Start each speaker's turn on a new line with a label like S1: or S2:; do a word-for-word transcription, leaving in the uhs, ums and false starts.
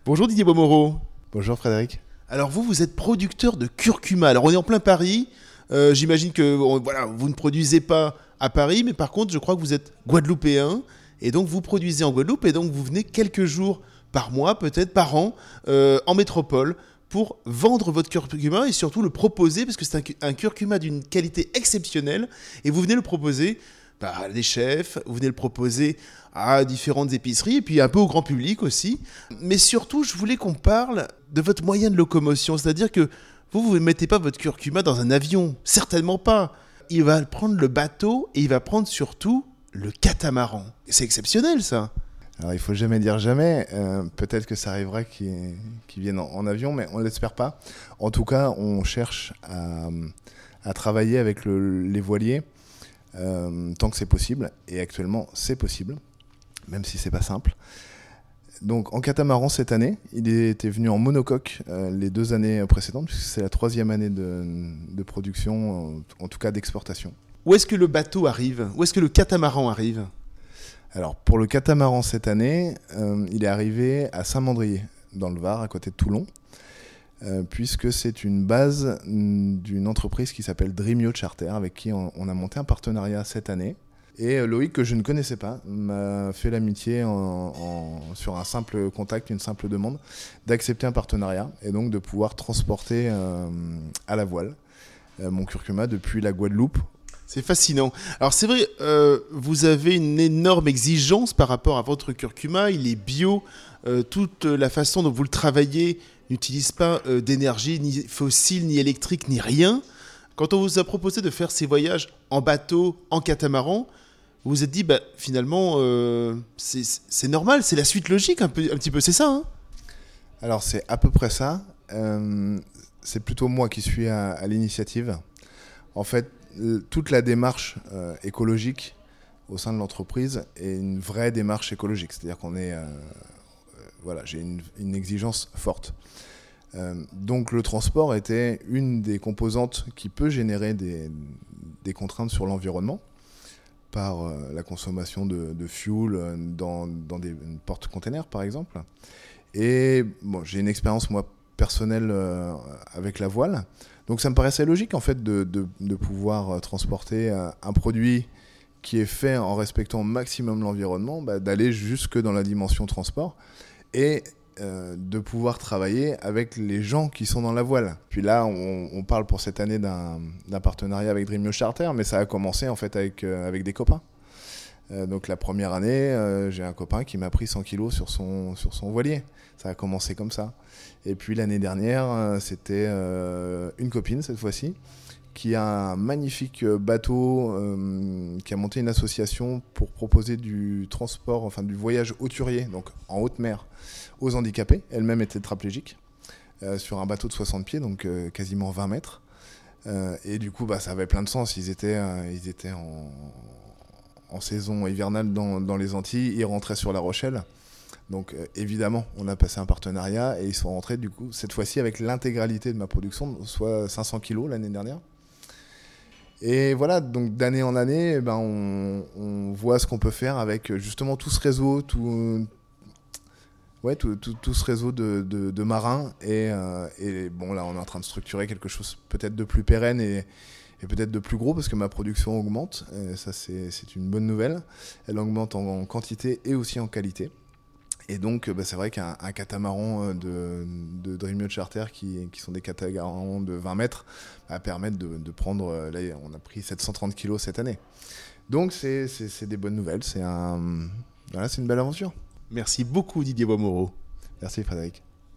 S1: Bonjour Didier Beaumoreau.
S2: Bonjour Frédéric.
S1: Alors vous, vous êtes producteur de curcuma. Alors on est en plein Paris. Euh, j'imagine que on- voilà, vous ne produisez pas à Paris, mais par contre, je crois que vous êtes guadeloupéen. Et donc vous produisez en Guadeloupe et donc vous venez quelques jours par mois, peut-être par an, euh, en métropole pour vendre votre curcuma et surtout le proposer, parce que c'est un, cu- un curcuma d'une qualité exceptionnelle. Et vous venez le proposer bah, à des chefs, vous venez le proposer à différentes épiceries et puis un peu au grand public aussi. Mais surtout, je voulais qu'on parle de votre moyen de locomotion. C'est-à-dire que vous, vous ne mettez pas votre curcuma dans un avion. Certainement pas. Il va prendre le bateau et il va prendre surtout le catamaran. C'est exceptionnel, ça.
S2: Alors il faut jamais dire jamais, euh, peut-être que ça arrivera qu'ils qu'ils viennent en, en avion, mais on ne l'espère pas. En tout cas, on cherche à, à travailler avec le- les voiliers euh, tant que c'est possible, et actuellement c'est possible, même si c'est pas simple. Donc en catamaran cette année, il était venu en monocoque euh, les deux années précédentes, puisque c'est la troisième année de, de production, en, en tout cas d'exportation.
S1: Où est-ce que le bateau arrive? Où est-ce que le catamaran arrive?
S2: Alors pour le catamaran cette année, euh, il est arrivé à Saint-Mandrier, dans le Var, à côté de Toulon, euh, puisque c'est une base mm, d'une entreprise qui s'appelle Dream Yacht Charter, avec qui on, on a monté un partenariat cette année. Et euh, Loïc, que je ne connaissais pas, m'a fait l'amitié en, en- sur un simple contact, une simple demande, d'accepter un partenariat et donc de pouvoir transporter euh, à la voile euh, mon curcuma depuis la Guadeloupe.
S1: C'est fascinant. Alors c'est vrai, euh, vous avez une énorme exigence par rapport à votre curcuma. Il est bio. Euh, toute la façon dont vous le travaillez n'utilise pas euh, d'énergie ni fossile, ni électrique, ni rien. Quand on vous a proposé de faire ces voyages en bateau, en catamaran, vous vous êtes dit, bah, finalement, euh, c'est, c'est normal, c'est la suite logique un, peu, un petit peu, c'est ça, hein?
S2: Alors c'est à peu près ça. Euh, c'est plutôt moi qui suis à, à l'initiative. En fait, l- toute la démarche euh, écologique au sein de l'entreprise est une vraie démarche écologique. C'est-à-dire qu'on est, euh, euh, voilà, j'ai une, une exigence forte. Euh, donc le transport était une des composantes qui peut générer des, des contraintes sur l'environnement par euh, la consommation de, de fuel euh, dans, dans des porte-containers par exemple. Et bon, j'ai une expérience moi personnelle euh, avec la voile, donc ça me paraissait logique en fait de, de, de pouvoir euh, transporter euh, un produit qui est fait en respectant au maximum l'environnement, bah, d'aller jusque dans la dimension transport et euh, de pouvoir travailler avec les gens qui sont dans la voile. Puis là, on, on parle pour cette année d'un, d'un partenariat avec Dream Yacht Charter, mais ça a commencé en fait avec, euh, avec des copains. Euh, donc la première année, euh, j'ai un copain qui m'a pris cent kilos sur son, sur son voilier. Ça a commencé comme ça. Et puis l'année dernière, euh, c'était euh, une copine cette fois-ci, qui a un magnifique bateau, euh, qui a monté une association pour proposer du transport, enfin du voyage hauturier, donc en haute mer, aux handicapés. Elle-même était tétraplégique, euh, sur un bateau de soixante pieds, donc euh, quasiment vingt mètres. Euh, et du coup, bah, ça avait plein de sens. Ils étaient, euh, ils étaient en, en saison hivernale dans, dans les Antilles, ils rentraient sur La Rochelle. Donc euh, évidemment, on a passé un partenariat et ils sont rentrés du coup cette fois-ci avec l'intégralité de ma production, soit cinq cents kilos l'année dernière. Et voilà, donc d'année en année, eh ben, on, on voit ce qu'on peut faire avec justement tout ce réseau, tout, ouais, tout, tout, tout ce réseau de, de, de marins. Et, euh, et bon, là, on est en train de structurer quelque chose peut-être de plus pérenne et, et peut-être de plus gros parce que ma production augmente. Et ça, c'est, c'est une bonne nouvelle. Elle augmente en, en quantité et aussi en qualité. Et donc, bah, c'est vrai qu'un un catamaran de, de Dream Yacht Charter, qui, qui sont des catamarans de vingt mètres, bah, permettent de, de prendre, là, on a pris sept cent trente kilos cette année. Donc, c'est, c'est, c'est des bonnes nouvelles. C'est, un, voilà, c'est une belle aventure.
S1: Merci beaucoup Didier Beaumoreau.
S2: Merci Frédéric.